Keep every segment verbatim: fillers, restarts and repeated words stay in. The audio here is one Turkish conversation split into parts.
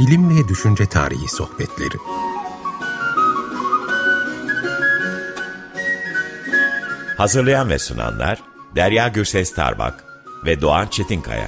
Bilim ve Düşünce Tarihi Sohbetleri. Hazırlayan ve sunanlar Derya Gürses Tarbak ve Doğan Çetinkaya.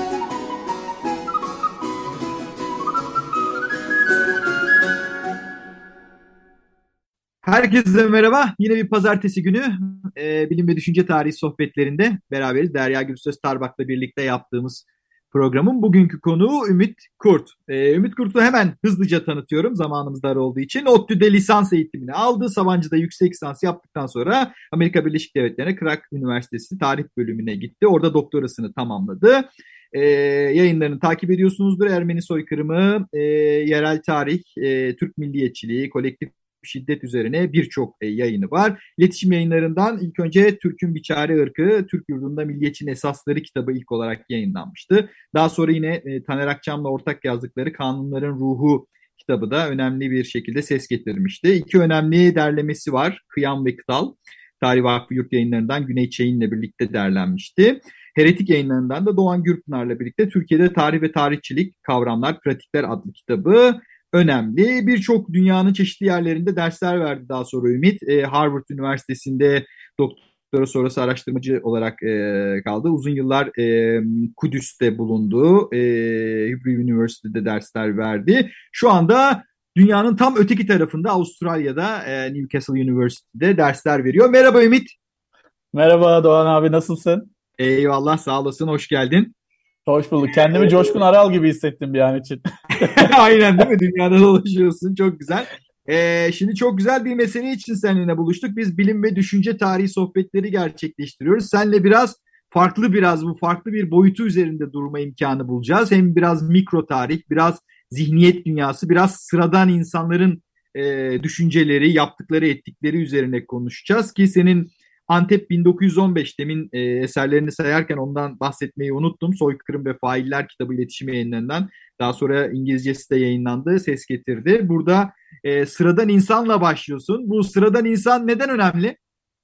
Herkese merhaba. Yine bir pazartesi günü e, Bilim ve Düşünce Tarihi Sohbetlerinde beraberiz. Derya Gürses Tarbak'la birlikte yaptığımız programın bugünkü konuğu Ümit Kurt. E, Ümit Kurt'u hemen hızlıca tanıtıyorum zamanımız dar olduğu için. ODTÜ'de lisans eğitimini aldı. Sabancı'da yüksek lisans yaptıktan sonra Amerika Birleşik Devletleri'ne Clark Üniversitesi Tarih Bölümüne gitti. Orada doktorasını tamamladı. E, yayınlarını takip ediyorsunuzdur. Ermeni soykırımı, e, yerel tarih, e, Türk milliyetçiliği, kolektif şiddet üzerine birçok e, yayını var. İletişim yayınlarından ilk önce Türk'ün Biçare Irkı, Türk Yurdunda Milliyetçinin Esasları kitabı ilk olarak yayınlanmıştı. Daha sonra yine e, Taner Akçam'la ortak yazdıkları Kanunların Ruhu kitabı da önemli bir şekilde ses getirmişti. İki önemli derlemesi var. Kıyam ve Kıtal. Tarih Vakfı Yurt Yayınları'ndan Güney Çeyin'le birlikte derlenmişti. Heretik Yayınları'ndan da Doğan Gürpınar'la birlikte Türkiye'de Tarih ve Tarihçilik Kavramlar, Pratikler adlı kitabı önemli. Birçok dünyanın çeşitli yerlerinde dersler verdi daha sonra Ümit. E, Harvard Üniversitesi'nde doktora sonrası araştırmacı olarak e, kaldı. Uzun yıllar e, Kudüs'te bulundu. E, Hebrew University'de dersler verdi. Şu anda dünyanın tam öteki tarafında Avustralya'da e, Newcastle University'de dersler veriyor. Merhaba Ümit. Merhaba Doğan abi, nasılsın? Eyvallah, sağ olasın, hoş geldin. Hoş bulduk. Kendimi Coşkun Aral gibi hissettim bir an için. Aynen, değil mi? Dünyada dolaşıyorsun. Çok güzel. Ee, şimdi çok güzel bir mesele için seninle buluştuk. Biz bilim ve düşünce tarihi sohbetleri gerçekleştiriyoruz. Seninle biraz farklı biraz bu farklı bir boyutu üzerinde durma imkanı bulacağız. Hem biraz mikro tarih, biraz zihniyet dünyası, biraz sıradan insanların e, düşünceleri, yaptıkları, ettikleri üzerine konuşacağız ki senin Antep bin dokuz yüz on beş demin e, eserlerini sayarken ondan bahsetmeyi unuttum. Soykırım ve Failler kitabı iletişim yayınlarından. Daha sonra İngilizcesi de yayınlandı, ses getirdi. Burada e, sıradan insanla başlıyorsun. Bu sıradan insan neden önemli?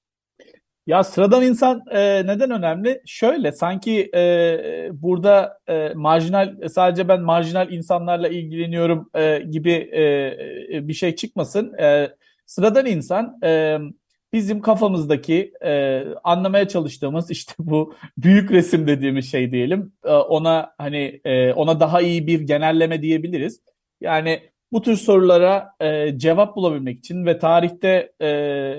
Ya sıradan insan e, neden önemli? Şöyle sanki e, burada e, marjinal sadece ben marjinal insanlarla ilgileniyorum e, gibi e, e, bir şey çıkmasın. E, sıradan insan e, bizim kafamızdaki e, anlamaya çalıştığımız işte bu büyük resim dediğimiz şey diyelim. E, ona hani e, ona daha iyi bir genelleme diyebiliriz. Yani bu tür sorulara e, cevap bulabilmek için ve tarihte e,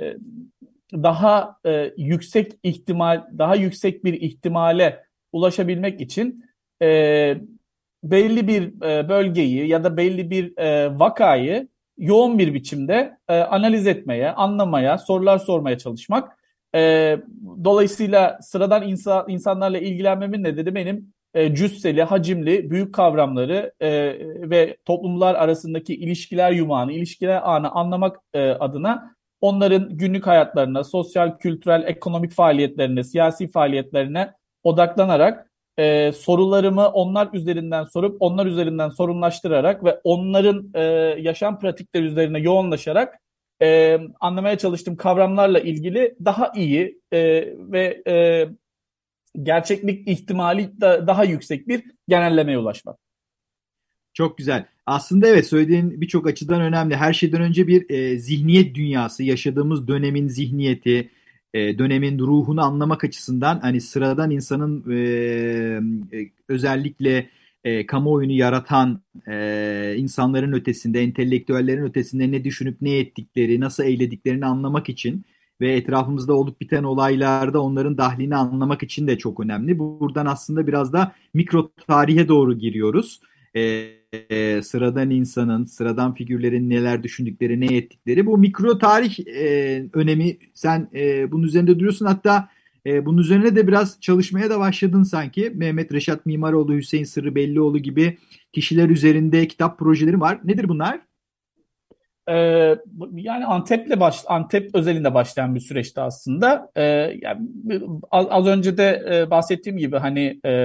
daha e, yüksek ihtimal, daha yüksek bir ihtimale ulaşabilmek için e, belli bir e, bölgeyi ya da belli bir e, vakayı yoğun bir biçimde e, analiz etmeye, anlamaya, sorular sormaya çalışmak. E, dolayısıyla sıradan insan, insanlarla ilgilenmemin nedeni benim e, cüsseli, hacimli, büyük kavramları e, ve toplumlar arasındaki ilişkiler yumağını, ilişkiler ağını anlamak e, adına onların günlük hayatlarına, sosyal, kültürel, ekonomik faaliyetlerine, siyasi faaliyetlerine odaklanarak e, sorularımı onlar üzerinden sorup, onlar üzerinden sorunlaştırarak ve onların e, yaşam pratikleri üzerine yoğunlaşarak e, anlamaya çalıştığım kavramlarla ilgili daha iyi e, ve e, gerçeklik ihtimali da, daha yüksek bir genellemeye ulaşmak. Çok güzel. Aslında evet, söylediğin birçok açıdan önemli. Her şeyden önce bir e, zihniyet dünyası, yaşadığımız dönemin zihniyeti, e, dönemin ruhunu anlamak açısından hani sıradan insanın e, e, özellikle e, kamuoyunu yaratan e, insanların ötesinde, entelektüellerin ötesinde ne düşünüp ne ettikleri, nasıl eylediklerini anlamak için ve etrafımızda olup biten olaylarda onların dahlini anlamak için de çok önemli. Buradan aslında biraz da mikro tarihe doğru giriyoruz. E, e, sıradan insanın, sıradan figürlerin neler düşündükleri, ne ettikleri. Bu mikro tarih e, önemi, sen e, bunun üzerinde duruyorsun. Hatta e, bunun üzerine de biraz çalışmaya da başladın sanki. Mehmet Reşat Mimaroğlu, Hüseyin Sırrı Bellioğlu gibi kişiler üzerinde kitap projeleri var. Nedir bunlar? Ee, yani Antep'le baş, Antep özelinde başlayan bir süreçti aslında. Ee, yani az, az önce de e, bahsettiğim gibi hani e,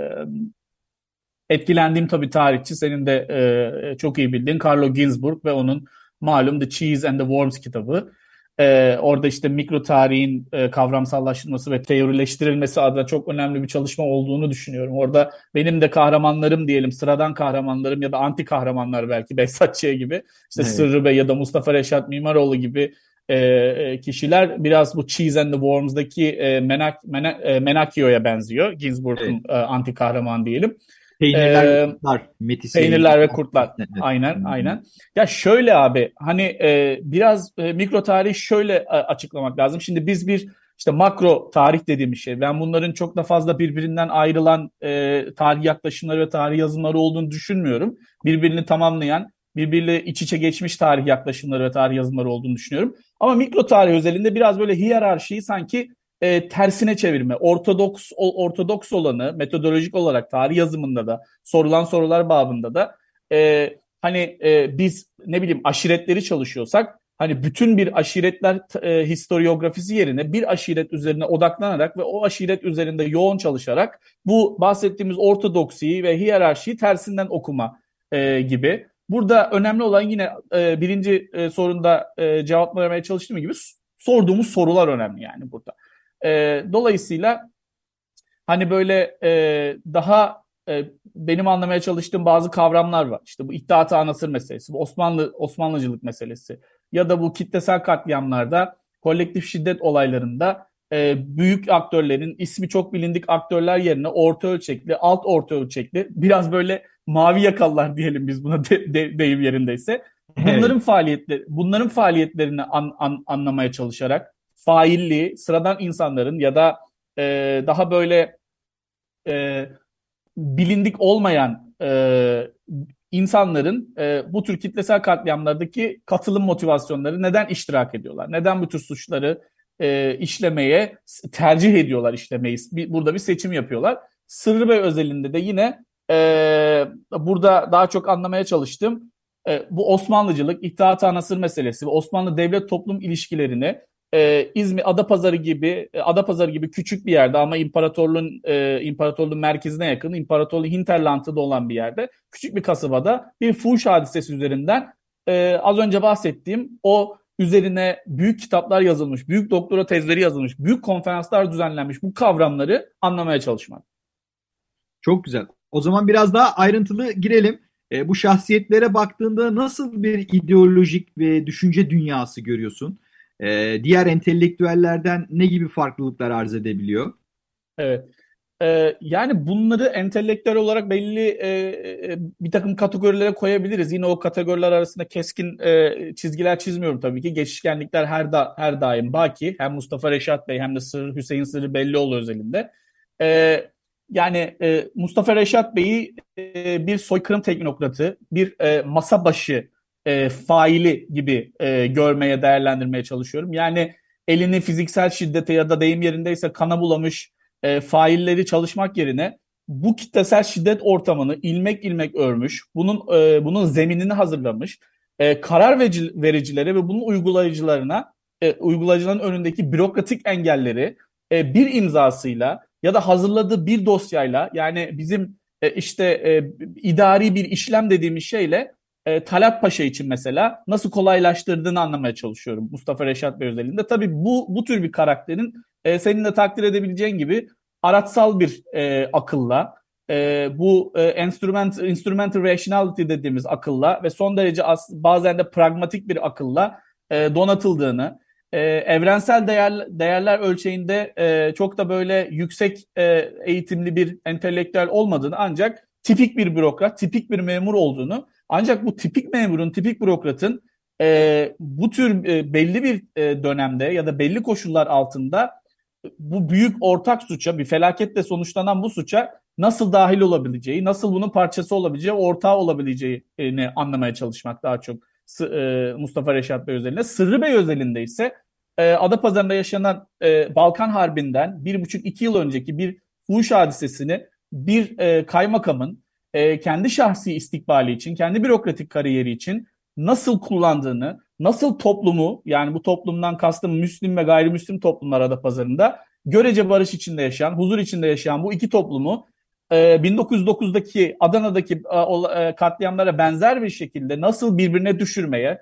etkilendiğim tabii tarihçi senin de e, çok iyi bildiğin Carlo Ginzburg ve onun malum The Cheese and the Worms kitabı. Ee, orada işte mikro tarihin e, kavramsallaştırılması ve teorileştirilmesi adına çok önemli bir çalışma olduğunu düşünüyorum. Orada benim de kahramanlarım diyelim, sıradan kahramanlarım ya da anti kahramanlar belki Behzat Ç. gibi, işte Evet. Sırrı Bey ya da Mustafa Reşat Mimaroğlu gibi e, e, kişiler biraz bu Cheese and the Worms'daki e, Menak, Menak, e, Menakio'ya benziyor. Ginsburg'un Evet. e, anti kahraman diyelim. Peynirler ve E, Kurtlar. Metis Peynirler ve yayınları. Kurtlar. Evet. Aynen, aynen. Ya şöyle abi, hani e, biraz e, mikro tarihi şöyle e, açıklamak lazım. Şimdi biz bir işte makro tarih dediğimiz şey. Ben bunların çok da fazla birbirinden ayrılan e, tarih yaklaşımları ve tarih yazımları olduğunu düşünmüyorum. Birbirini tamamlayan, birbiriyle iç içe geçmiş tarih yaklaşımları ve tarih yazımları olduğunu düşünüyorum. Ama mikro tarih özelinde biraz böyle hiyerarşiyi sanki e, tersine çevirme, ortodoks o, ortodoks olanı metodolojik olarak tarih yazımında da sorulan sorular babında da e, hani e, biz ne bileyim aşiretleri çalışıyorsak hani bütün bir aşiretler e, historiografisi yerine bir aşiret üzerine odaklanarak ve o aşiret üzerinde yoğun çalışarak bu bahsettiğimiz ortodoksiyi ve hiyerarşiyi tersinden okuma e, gibi. Burada önemli olan yine e, birinci e, sorunda e, cevap vermeye çalıştığım gibi sorduğumuz sorular önemli yani burada. E, dolayısıyla hani böyle e, daha e, benim anlamaya çalıştığım bazı kavramlar var. İşte bu İttihat-ı Anasır meselesi, bu Osmanlı Osmanlıcılık meselesi ya da bu kitlesel katliamlarda, kolektif şiddet olaylarında e, büyük aktörlerin ismi çok bilindik aktörler yerine orta ölçekli, alt orta ölçekli, biraz böyle mavi yakalılar diyelim biz buna de, de, deyim yerindeyse. Evet. Bunların faaliyetleri, bunların faaliyetlerini an, an, anlamaya çalışarak failli, sıradan insanların ya da e, daha böyle e, bilindik olmayan e, insanların e, bu tür kitlesel katliamlardaki katılım motivasyonları neden iştirak ediyorlar? Neden bu tür suçları e, işlemeye tercih ediyorlar işlemeyi? Bir, burada bir seçim yapıyorlar. Sırrı Bey özelinde de yine e, burada daha çok anlamaya çalıştım. E, bu Osmanlıcılık, İttihat-ı Anasır meselesi ve Osmanlı devlet toplum ilişkilerini e, İzmir Adapazarı gibi e, Adapazarı gibi küçük bir yerde ama imparatorluğun e, imparatorluğun merkezine yakın, imparatorluğun hinterland'da olan bir yerde, küçük bir kasabada bir fuhuş hadisesi üzerinden e, az önce bahsettiğim o üzerine büyük kitaplar yazılmış, büyük doktora tezleri yazılmış, büyük konferanslar düzenlenmiş bu kavramları anlamaya çalışmak. Çok güzel. O zaman biraz daha ayrıntılı girelim. E, bu şahsiyetlere baktığında nasıl bir ideolojik ve düşünce dünyası görüyorsun? E, diğer entelektüellerden ne gibi farklılıklar arz edebiliyor? Evet. Ee, yani bunları entelektüel olarak belli e, e, bir takım kategorilere koyabiliriz. Yine o kategoriler arasında keskin e, çizgiler çizmiyorum tabii ki. Geçişkenlikler her da her daim baki. Hem Mustafa Reşat Bey hem de Sır, Hüseyin Sırrı Bellioğlu özelinde. Ee, yani e, Mustafa Reşat Bey'i e, bir soykırım teknokratı, bir e, masa başı e, faili gibi e, görmeye, değerlendirmeye çalışıyorum. Yani elini fiziksel şiddete ya da deyim yerindeyse kana bulamış e, failleri çalışmak yerine bu kitlesel şiddet ortamını ilmek ilmek örmüş, bunun e, bunun zeminini hazırlamış, e, karar verici, vericilere ve bunun uygulayıcılarına, e, uygulayıcıların önündeki bürokratik engelleri e, bir imzasıyla ya da hazırladığı bir dosyayla, yani bizim e, işte e, idari bir işlem dediğimiz şeyle e, Talat Paşa için mesela nasıl kolaylaştırdığını anlamaya çalışıyorum Mustafa Reşat Bey özelinde. Tabii bu bu tür bir karakterin e, senin de takdir edebileceğin gibi araçsal bir e, akılla, e, bu e, instrument, instrumental rationality dediğimiz akılla ve son derece as, bazen de pragmatik bir akılla e, donatıldığını, e, evrensel değer, değerler ölçeğinde e, çok da böyle yüksek e, eğitimli bir entelektüel olmadığını, ancak tipik bir bürokrat, tipik bir memur olduğunu, ancak bu tipik memurun, tipik bürokratın e, bu tür e, belli bir e, dönemde ya da belli koşullar altında bu büyük ortak suça, bir felaketle sonuçlanan bu suça nasıl dahil olabileceği, nasıl bunun parçası olabileceği, ortağı olabileceğini anlamaya çalışmak daha çok Mustafa Reşat Bey özelinde. Sırrı Bey özelinde ise Adapazarı'nda yaşanan Balkan Harbi'nden bir buçuk iki yıl önceki bir fuhuş hadisesini bir kaymakamın kendi şahsi istikbali için, kendi bürokratik kariyeri için nasıl kullandığını, nasıl toplumu, yani bu toplumdan kastım Müslüm ve gayrimüslim toplumlar Adapazarı'nda görece barış içinde yaşayan, huzur içinde yaşayan bu iki toplumu e, bin dokuz yüz dokuzdaki Adana'daki e, katliamlara benzer bir şekilde nasıl birbirine düşürmeye,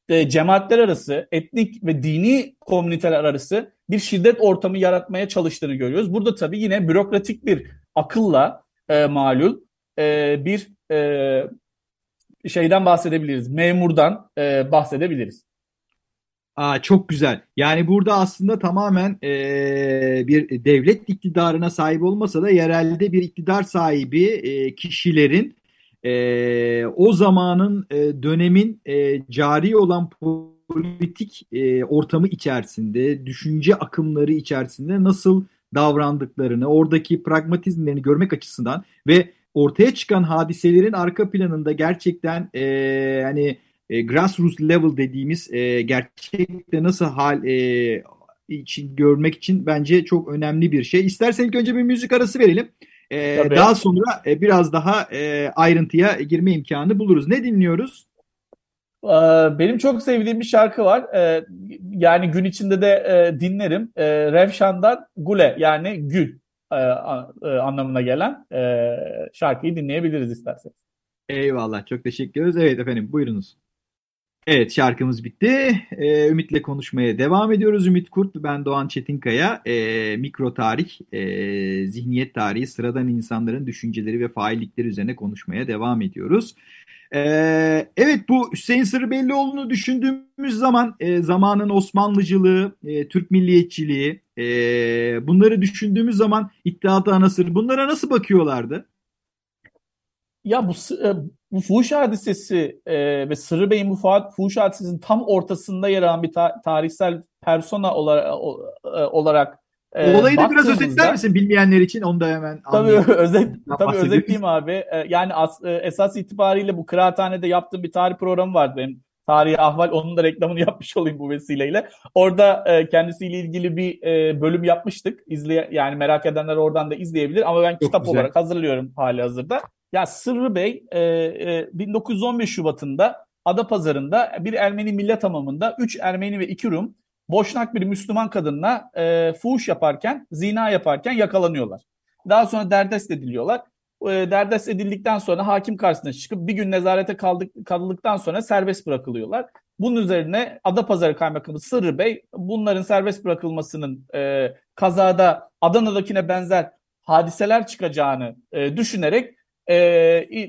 e, cemaatler arası, etnik ve dini komüniteler arası bir şiddet ortamı yaratmaya çalıştığını görüyoruz. Burada tabii yine bürokratik bir akılla e, malul e, bir e, şeyden bahsedebiliriz. Memurdan e, bahsedebiliriz. Aa, çok güzel. Yani burada aslında tamamen eee, bir devlet iktidarına sahip olmasa da yerelde bir iktidar sahibi eee, kişilerin eee, o zamanın eee, dönemin eee, cari olan politik eee, ortamı içerisinde, düşünce akımları içerisinde nasıl davrandıklarını, oradaki pragmatizmlerini görmek açısından ve ortaya çıkan hadiselerin arka planında gerçekten eee hani e, grassroots level dediğimiz e, gerçekte nasıl hal e, için görmek için bence çok önemli bir şey. İstersen ilk önce bir müzik arası verelim. E, Tabii. daha sonra e, biraz daha e, ayrıntıya girme imkanı buluruz. Ne dinliyoruz? Ee, Benim çok sevdiğim bir şarkı var. Ee, Yani gün içinde de e, dinlerim. Ee, Revşan'dan Gule, yani gül e, a- e, anlamına gelen e, şarkıyı dinleyebiliriz isterseniz. Eyvallah, çok teşekkür ederiz. Evet efendim, buyurunuz. Evet, şarkımız bitti. Ee, Ümit'le konuşmaya devam ediyoruz. Ümit Kurt, ben Doğan Çetinkaya. Ee, mikro tarih, e, zihniyet tarihi, sıradan insanların düşünceleri ve faillikleri üzerine konuşmaya devam ediyoruz. Ee, evet, bu Hüseyin Sırrı Bellioğlu'nu düşündüğümüz zaman e, zamanın Osmanlıcılığı, e, Türk milliyetçiliği, e, bunları düşündüğümüz zaman İttihat-ı Anasır, bunlara nasıl bakıyorlardı? Ya bu sı- e, bu fuhuş hadisesi e, ve Sırrı Bey'in bu fa- fuhuş hadisesinin tam ortasında yer alan bir ta- tarihsel persona olarak, olarak e, Olayı da biraz özetler baktığımızda. misin bilmeyenler için? Onu da hemen Tabii anlayalım. özet Bundan tabii bahsediyoruz. özetleyeyim abi. Ee, Yani as- e, esas itibariyle bu kıraathanede yaptığım bir tarih programı vardı benim. Tarihi Ahval, onun da reklamını yapmış olayım bu vesileyle. Orada e, kendisiyle ilgili bir e, bölüm yapmıştık. İzleye, yani merak edenler oradan da izleyebilir ama ben Çok kitap güzel. olarak hazırlıyorum hali hazırda. Ya Sırrı Bey e, e, bin dokuz yüz on beş Şubat'ında Adapazarı'nda bir Ermeni millet hamamında üç Ermeni ve iki Rum boşnak bir Müslüman kadınla e, fuhuş yaparken, zina yaparken yakalanıyorlar. Daha sonra derdest ediliyorlar. E, derdest edildikten sonra hakim karşısına çıkıp bir gün nezarete kaldık, kaldıktan sonra serbest bırakılıyorlar. Bunun üzerine Adapazarı Kaymakamı Sırrı Bey bunların serbest bırakılmasının e, kazada Adana'dakine benzer hadiseler çıkacağını e, düşünerek e, e,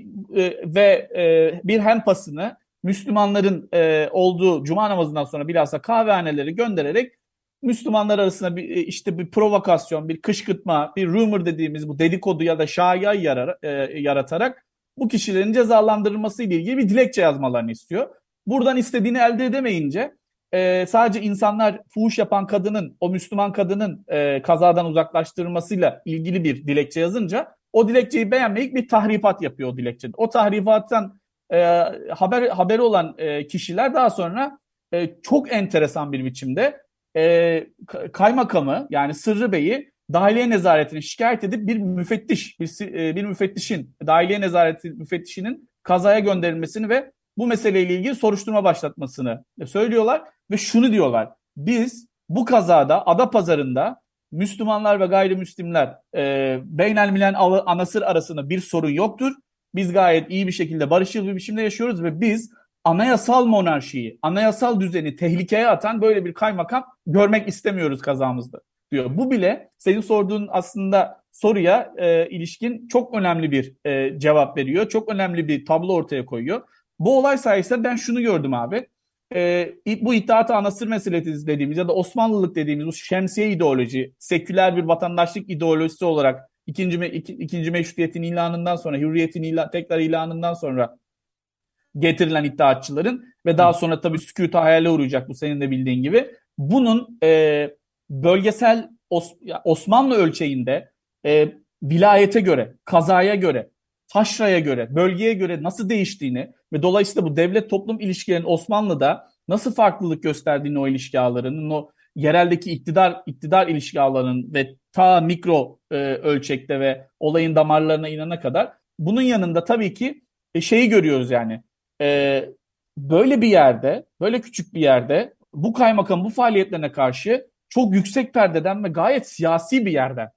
ve e, bir hempasını Müslümanların e, olduğu cuma namazından sonra bilhassa kahvehaneleri göndererek Müslümanlar arasında bir işte bir provokasyon, bir kışkırtma, bir rumor dediğimiz bu dedikodu ya da şaya yarar, e, yaratarak bu kişilerin cezalandırılması ile ilgili bir dilekçe yazmalarını istiyor. Buradan istediğini elde edemeyince e, sadece insanlar fuhuş yapan kadının, o Müslüman kadının e, kazadan uzaklaştırılmasıyla ilgili bir dilekçe yazınca o dilekçeyi beğenmeyip bir tahrifat yapıyor o dilekçede. O tahrifattan e, haber haberi olan e, kişiler daha sonra e, çok enteresan bir biçimde e, kaymakamı, yani Sırrı Bey'i dahiliye nezaretine şikayet edip bir müfettiş, bir, e, bir müfettişin, dahiliye nezareti müfettişinin kazaya gönderilmesini ve bu meseleyle ilgili soruşturma başlatmasını söylüyorlar ve şunu diyorlar: biz bu kazada Adapazarı'nda Müslümanlar ve gayrimüslimler e, beynelmilen anasır arasında bir sorun yoktur. Biz gayet iyi bir şekilde barışçıl bir biçimde yaşıyoruz ve biz anayasal monarşiyi, anayasal düzeni tehlikeye atan böyle bir kaymakam görmek istemiyoruz kazamızda diyor. Bu bile senin sorduğun aslında soruya e, ilişkin çok önemli bir e, cevap veriyor. Çok önemli bir tablo ortaya koyuyor. Bu olay sayesinde ben şunu gördüm abi. E, bu İttihat-ı Anasır meselesi dediğimiz ya da Osmanlılık dediğimiz bu şemsiye ideoloji, seküler bir vatandaşlık ideolojisi olarak ikinci, me, iki, ikinci meşrutiyetin ilanından sonra, hürriyetin ilan, tekrar ilanından sonra getirilen iddiatçıların ve daha sonra tabii sükuta hayale uğrayacak, bu senin de bildiğin gibi. Bunun e, bölgesel Os Osmanlı ölçeğinde e, vilayete göre, kazaya göre, taşraya göre, bölgeye göre nasıl değiştiğini ve dolayısıyla bu devlet toplum ilişkilerinin Osmanlı'da nasıl farklılık gösterdiğini, o ilişki ağlarının, o yereldeki iktidar iktidar ilişki ağlarının ve ta mikro e, ölçekte ve olayın damarlarına inana kadar, bunun yanında tabii ki e, şeyi görüyoruz yani. Ee, Böyle bir yerde, böyle küçük bir yerde bu kaymakam bu faaliyetlerine karşı çok yüksek perdeden ve gayet siyasi bir yerden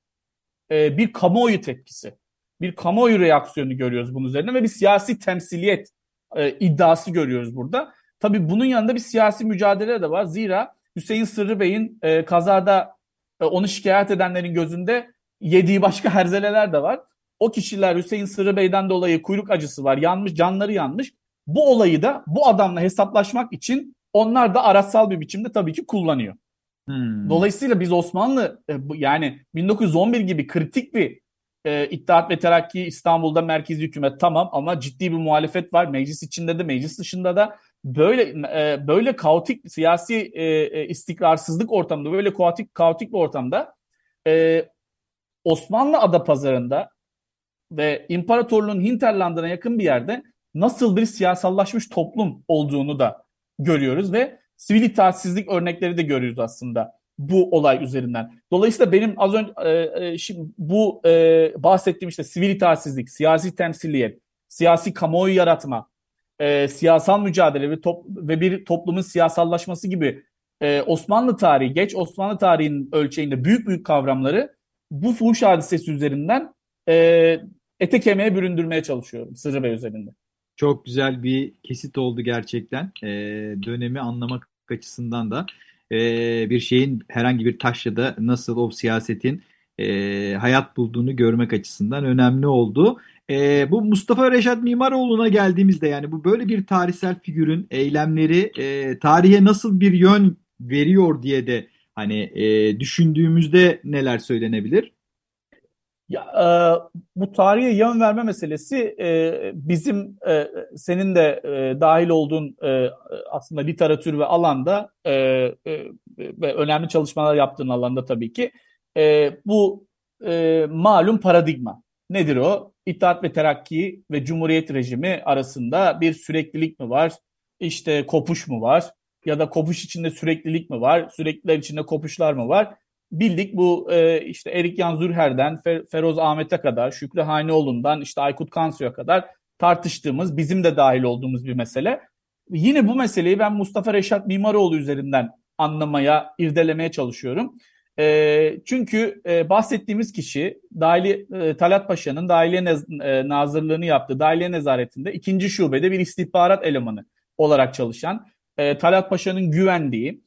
e, bir kamuoyu tepkisi, bir kamuoyu reaksiyonu görüyoruz bunun üzerine ve bir siyasi temsiliyet e, iddiası görüyoruz burada. tabii bunun yanında bir siyasi mücadele de var. Zira Hüseyin Sırrı Bey'in e, kazada e, onu şikayet edenlerin gözünde yediği başka herzeleler de var. O kişiler Hüseyin Sırrı Bey'den dolayı kuyruk acısı var, yanmış, canları yanmış. Bu olayı da bu adamla hesaplaşmak için onlar da araçsal bir biçimde tabii ki kullanıyor. Hmm. Dolayısıyla biz Osmanlı e, yani bin dokuz yüz on bir gibi kritik bir e, İttihat ve Terakki İstanbul'da merkezi hükümet tamam ama ciddi bir muhalefet var. Meclis içinde de meclis dışında da böyle e, böyle kaotik siyasi e, e, istikrarsızlık ortamında böyle kaotik kaotik bir ortamda e, Osmanlı Adapazarı'nda ve imparatorluğun hinterlandına yakın bir yerde nasıl bir siyasallaşmış toplum olduğunu da görüyoruz ve sivil itaatsizlik örnekleri de görüyoruz aslında bu olay üzerinden. Dolayısıyla benim az önce e, e, şimdi bu e, bahsettiğim işte sivil itaatsizlik, siyasi temsiliyet, siyasi kamuoyu yaratma, e, siyasal mücadele ve, top, ve bir toplumun siyasallaşması gibi e, Osmanlı tarihi, geç Osmanlı tarihinin ölçeğinde büyük büyük kavramları bu fuhuş hadisesi üzerinden e, ete kemiğe büründürmeye çalışıyorum Sırrı Bey üzerinde. Çok güzel bir kesit oldu gerçekten. Ee, dönemi anlamak açısından da ee, bir şeyin herhangi bir taşrada nasıl o siyasetin ee, hayat bulduğunu görmek açısından önemli oldu. Ee, bu Mustafa Reşat Mimaroğlu'na geldiğimizde yani bu böyle bir tarihsel figürün eylemleri ee, tarihe nasıl bir yön veriyor diye de hani ee, düşündüğümüzde neler söylenebilir? Ya, e, bu tarihe yön verme meselesi e, bizim e, senin de e, dahil olduğun e, aslında literatür ve alanda e, e, ve önemli çalışmalar yaptığın alanda tabii ki e, bu e, malum paradigma. Nedir o? İttihat ve Terakki ve Cumhuriyet rejimi arasında bir süreklilik mi var? İşte kopuş mu var? Ya da kopuş içinde süreklilik mi var? Sürekliler içinde kopuşlar mı var? Bildik bu e, işte Erik Yan Zürher'den Fer- Feroz Ahmet'e kadar, Şükrü Haneoğlu'ndan işte Aykut Kansu'ya kadar tartıştığımız, bizim de dahil olduğumuz bir mesele. Yine bu meseleyi ben Mustafa Reşat Mimaroğlu üzerinden anlamaya, irdelemeye çalışıyorum. E, çünkü e, bahsettiğimiz kişi Dahili, e, Talat Paşa'nın Dahiliye Nez- e, Nazırlığını yaptığı Dahiliye Nezaretinde ikinci şubede bir istihbarat elemanı olarak çalışan, e, Talat Paşa'nın güvendiği,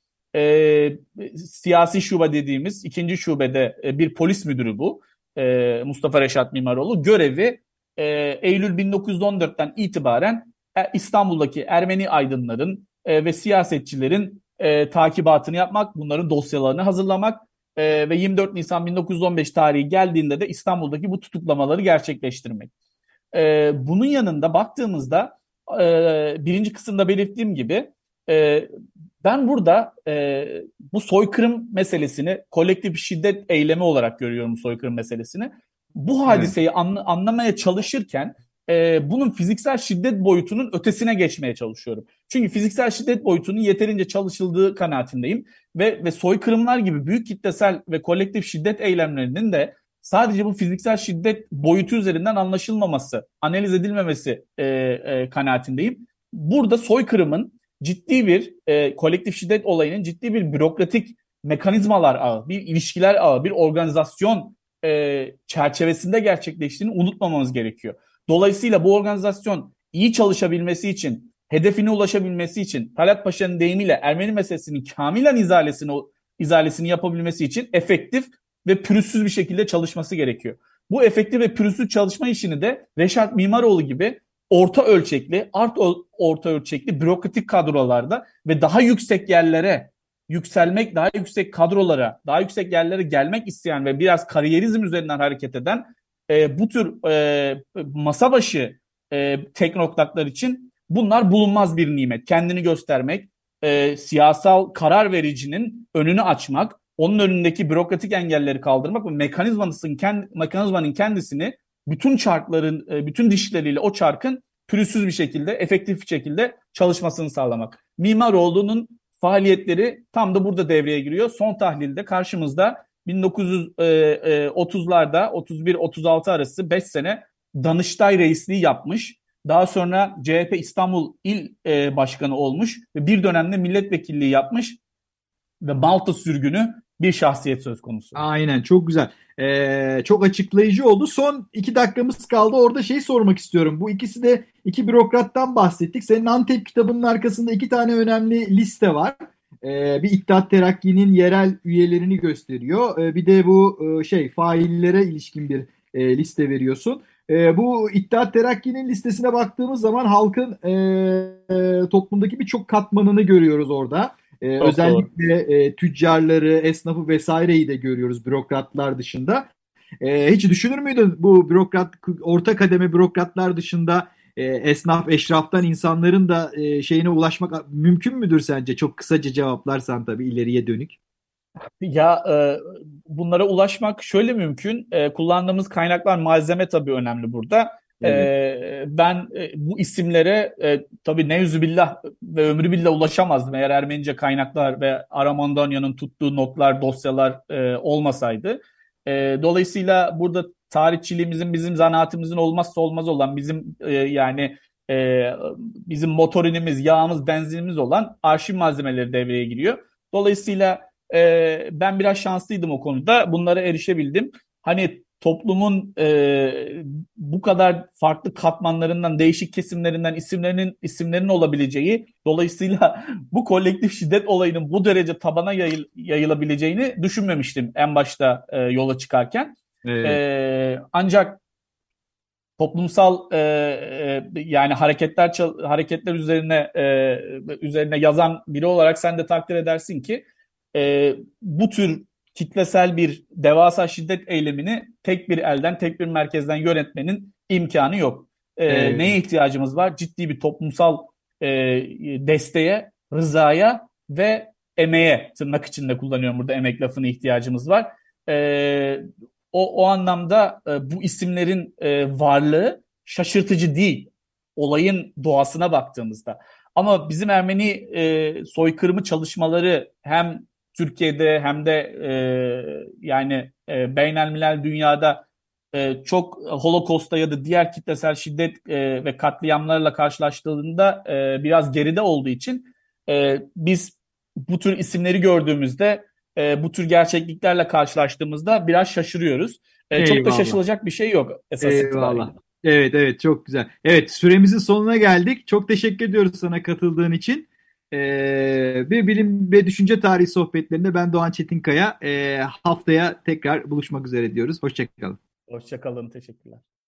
e, siyasi şube dediğimiz ikinci şubede e, bir polis müdürü bu. E, Mustafa Reşat Mimaroğlu görevi e, Eylül bin dokuz yüz on dörtten itibaren e, İstanbul'daki Ermeni aydınların e, ve siyasetçilerin e, takibatını yapmak, bunların dosyalarını hazırlamak e, ve yirmi dört Nisan bin dokuz yüz on beş tarihi geldiğinde de İstanbul'daki bu tutuklamaları gerçekleştirmek. E, bunun yanında baktığımızda e, birinci kısımda belirttiğim gibi e, ben burada e, bu soykırım meselesini kolektif şiddet eylemi olarak görüyorum soykırım meselesini. Bu hadiseyi evet. anla, anlamaya çalışırken e, bunun fiziksel şiddet boyutunun ötesine geçmeye çalışıyorum. Çünkü fiziksel şiddet boyutunun yeterince çalışıldığı kanaatindeyim ve, ve soykırımlar gibi büyük kitlesel ve kolektif şiddet eylemlerinin de sadece bu fiziksel şiddet boyutu üzerinden anlaşılmaması, analiz edilmemesi e, e, kanaatindeyim. Burada soykırımın ciddi bir e, kolektif şiddet olayının ciddi bir bürokratik mekanizmalar ağı, bir ilişkiler ağı, bir organizasyon e, çerçevesinde gerçekleştiğini unutmamamız gerekiyor. Dolayısıyla bu organizasyon iyi çalışabilmesi için, hedefine ulaşabilmesi için, Talat Paşa'nın deyimiyle Ermeni meselesinin kamilen izalesini, izalesini yapabilmesi için efektif ve pürüzsüz bir şekilde çalışması gerekiyor. Bu efektif ve pürüzsüz çalışma işini de Reşat Mimaroğlu gibi orta ölçekli, art orta ölçekli bürokratik kadrolarda ve daha yüksek yerlere yükselmek, daha yüksek kadrolara, daha yüksek yerlere gelmek isteyen ve biraz kariyerizm üzerinden hareket eden e, bu tür e, masa başı e, teknokratlar için bunlar bulunmaz bir nimet. Kendini göstermek, e, siyasal karar vericinin önünü açmak, onun önündeki bürokratik engelleri kaldırmak ve mekanizmanın, kendi, mekanizmanın kendisini bütün çarkların, bütün dişleriyle o çarkın pürüzsüz bir şekilde, efektif bir şekilde çalışmasını sağlamak. Mimaroğlu'nun faaliyetleri tam da burada devreye giriyor. Son tahlilde karşımızda bin dokuz yüz otuzlarda otuz bir otuz altı arası beş sene Danıştay reisliği yapmış. Daha sonra C H P İstanbul İl Başkanı olmuş ve bir dönemde milletvekilliği yapmış ve Malta sürgünü bir şahsiyet söz konusu. Aynen, çok güzel. Ee, çok açıklayıcı oldu. Son iki dakikamız kaldı. Orada şeyi sormak istiyorum. Bu ikisi de iki bürokrattan bahsettik. Senin Antep kitabının arkasında iki tane önemli liste var. Ee, bir İttihat Terakki'nin yerel üyelerini gösteriyor. Ee, bir de bu e, şey faillere ilişkin bir e, liste veriyorsun. E, bu İttihat Terakki'nin listesine baktığımız zaman halkın e, e, toplumdaki birçok katmanını görüyoruz orada. E, Çok doğru. özellikle e, tüccarları, esnafı vesaireyi de görüyoruz bürokratlar dışında. E, hiç düşünür müydün bu bürokrat, orta kademe bürokratlar dışında e, esnaf, eşraftan insanların da e, şeyine ulaşmak mümkün müdür sence? Çok kısaca cevaplarsan tabii ileriye dönük. Ya e, bunlara ulaşmak şöyle mümkün. E, kullandığımız kaynaklar, malzeme tabii önemli burada. Evet. E, ben e, bu isimlere e, tabii neuzübillah ve ömrü billah ulaşamazdım eğer Ermenice kaynaklar ve Aramandanya'nın tuttuğu notlar, dosyalar e, olmasaydı. E, dolayısıyla burada tarihçiliğimizin, bizim zanaatimizin olmazsa olmaz olan, bizim e, yani e, bizim motorinimiz, yağımız, benzinimiz olan arşiv malzemeleri devreye giriyor. Dolayısıyla ee, ben biraz şanslıydım o konuda. Bunlara erişebildim. Hani toplumun e, bu kadar farklı katmanlarından, değişik kesimlerinden isimlerinin isimlerinin olabileceği, dolayısıyla bu kolektif şiddet olayının bu derece tabana yayıl, yayılabileceğini düşünmemiştim en başta e, yola çıkarken. Evet. E, ancak toplumsal e, e, yani hareketler hareketler üzerine e, üzerine yazan biri olarak sen de takdir edersin ki e, bu tür kitlesel bir devasa şiddet eylemini tek bir elden, tek bir merkezden yönetmenin imkanı yok. E, Evet. neye ihtiyacımız var? Ciddi bir toplumsal e, desteğe, rızaya ve emeğe, tırnak içinde kullanıyorum burada emek lafını, ihtiyacımız var. E, o, o anlamda e, bu isimlerin e, varlığı şaşırtıcı değil. Olayın doğasına baktığımızda. Ama bizim Ermeni e, soykırımı çalışmaları hem Türkiye'de hem de e, yani e, beynelmilel dünyada e, çok Holocaust'ta ya da diğer kitlesel şiddet e, ve katliamlarla karşılaştığında e, biraz geride olduğu için e, biz bu tür isimleri gördüğümüzde, e, bu tür gerçekliklerle karşılaştığımızda biraz şaşırıyoruz. E, çok da Eyvallah. şaşılacak bir şey yok esas itibariyle. Eyvallah. Evet, evet, çok güzel. Evet, süremizin sonuna geldik. Çok teşekkür ediyoruz sana katıldığın için. Ee, bir bilim ve düşünce tarihi sohbetlerinde ben Doğan Çetinkaya. Ee, haftaya tekrar buluşmak üzere diyoruz. Hoşçakalın. Hoşça kalın, teşekkürler.